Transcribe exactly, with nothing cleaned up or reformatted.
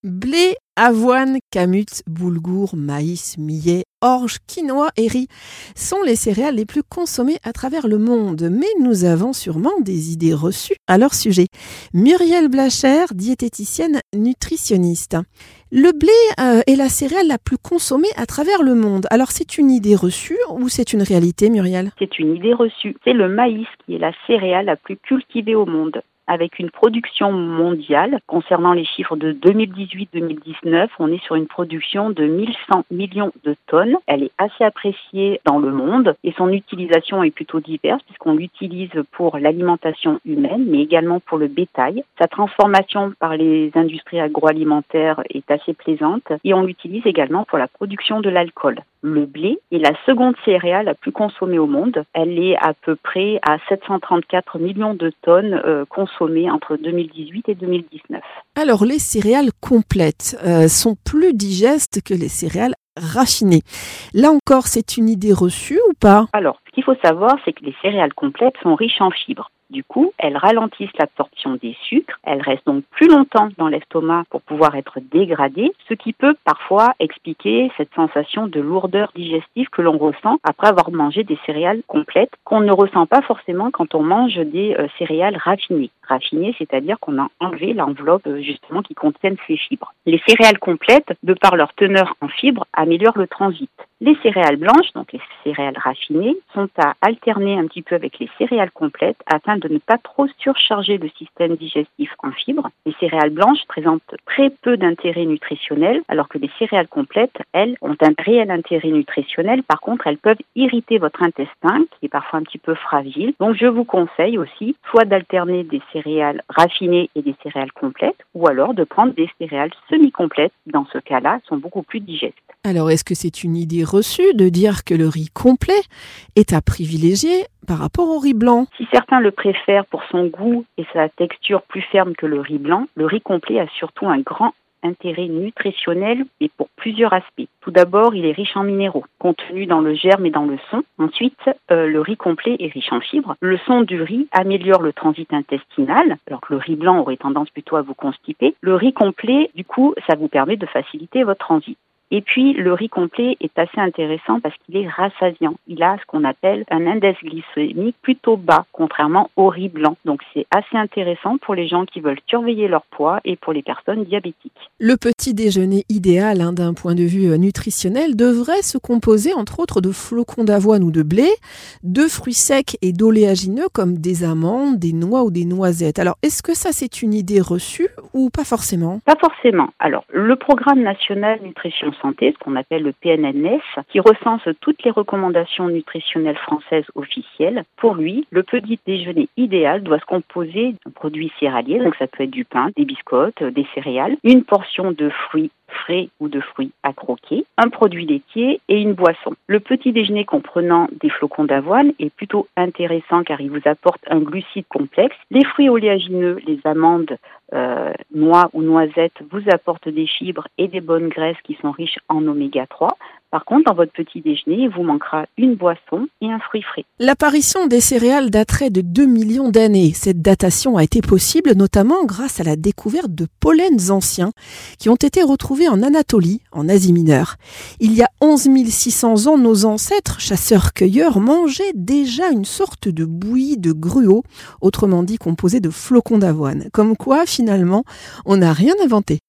Blé, avoine, kamut, boulgour, maïs, millet, orge, quinoa et riz sont les céréales les plus consommées à travers le monde. Mais nous avons sûrement des idées reçues à leur sujet. Muriel Blacher, diététicienne nutritionniste. Le blé euh, est la céréale la plus consommée à travers le monde. Alors c'est une idée reçue ou c'est une réalité, Muriel ? C'est une idée reçue. C'est le maïs qui est la céréale la plus cultivée au monde. Avec une production mondiale, concernant les chiffres de deux mille dix-huit deux mille dix-neuf, on est sur une production de mille cent millions de tonnes. Elle est assez appréciée dans le monde et son utilisation est plutôt diverse puisqu'on l'utilise pour l'alimentation humaine, mais également pour le bétail. Sa transformation par les industries agroalimentaires est assez plaisante et on l'utilise également pour la production de l'alcool. Le blé est la seconde céréale la plus consommée au monde. Elle est à peu près à sept cent trente-quatre millions de tonnes euh, consommées entre deux mille dix-huit et deux mille dix-neuf. Alors les céréales complètes euh, sont plus digestes que les céréales raffinées. Là encore, c'est une idée reçue ou pas ? Alors, ce qu'il faut savoir, c'est que les céréales complètes sont riches en fibres. Du coup, elles ralentissent l'absorption des sucres, elles restent donc plus longtemps dans l'estomac pour pouvoir être dégradées, ce qui peut parfois expliquer cette sensation de lourdeur digestive que l'on ressent après avoir mangé des céréales complètes, qu'on ne ressent pas forcément quand on mange des euh, céréales raffinées. Raffinées, c'est-à-dire qu'on a enlevé l'enveloppe euh, justement qui contiennent ces fibres. Les céréales complètes, de par leur teneur en fibres, améliorent le transit. Les céréales blanches, donc les céréales raffinées, sont à alterner un petit peu avec les céréales complètes afin de ne pas trop surcharger le système digestif en fibres. Les céréales blanches présentent très peu d'intérêt nutritionnel, alors que les céréales complètes, elles, ont un réel intérêt nutritionnel. Par contre, elles peuvent irriter votre intestin, qui est parfois un petit peu fragile. Donc, je vous conseille aussi soit d'alterner des céréales raffinées et des céréales complètes, ou alors de prendre des céréales semi-complètes. Dans ce cas-là, sont beaucoup plus digestes. Alors, est-ce que c'est une idée reçue de dire que le riz complet est à privilégier par rapport au riz blanc ? Si certains le préfèrent pour son goût et sa texture plus ferme que le riz blanc, le riz complet a surtout un grand intérêt nutritionnel et pour plusieurs aspects. Tout d'abord, il est riche en minéraux, contenus dans le germe et dans le son. Ensuite, euh, le riz complet est riche en fibres. Le son du riz améliore le transit intestinal, alors que le riz blanc aurait tendance plutôt à vous constiper. Le riz complet, du coup, ça vous permet de faciliter votre transit. Et puis, le riz complet est assez intéressant parce qu'il est rassasiant. Il a ce qu'on appelle un index glycémique plutôt bas, contrairement au riz blanc. Donc, c'est assez intéressant pour les gens qui veulent surveiller leur poids et pour les personnes diabétiques. Le petit déjeuner idéal, hein, d'un point de vue nutritionnel, devrait se composer entre autres de flocons d'avoine ou de blé, de fruits secs et d'oléagineux comme des amandes, des noix ou des noisettes. Alors, est-ce que ça, c'est une idée reçue ou pas forcément ? Pas forcément. Alors, le Programme national nutrition santé, ce qu'on appelle le P N N S, qui recense toutes les recommandations nutritionnelles françaises officielles. Pour lui, le petit déjeuner idéal doit se composer de produits céréaliers, donc ça peut être du pain, des biscottes, des céréales, une portion de fruits frais ou de fruits à croquer, un produit laitier et une boisson. Le petit déjeuner comprenant des flocons d'avoine est plutôt intéressant car il vous apporte un glucide complexe. Les fruits oléagineux, les amandes, euh, noix ou noisettes vous apportent des fibres et des bonnes graisses qui sont riches en oméga trois. Par contre, dans votre petit déjeuner, il vous manquera une boisson et un fruit frais. L'apparition des céréales daterait de deux millions d'années. Cette datation a été possible notamment grâce à la découverte de pollens anciens qui ont été retrouvés en Anatolie, en Asie mineure. Il y a onze mille six cents ans, nos ancêtres, chasseurs-cueilleurs, mangeaient déjà une sorte de bouillie de gruau, autrement dit composée de flocons d'avoine. Comme quoi, finalement, on n'a rien inventé.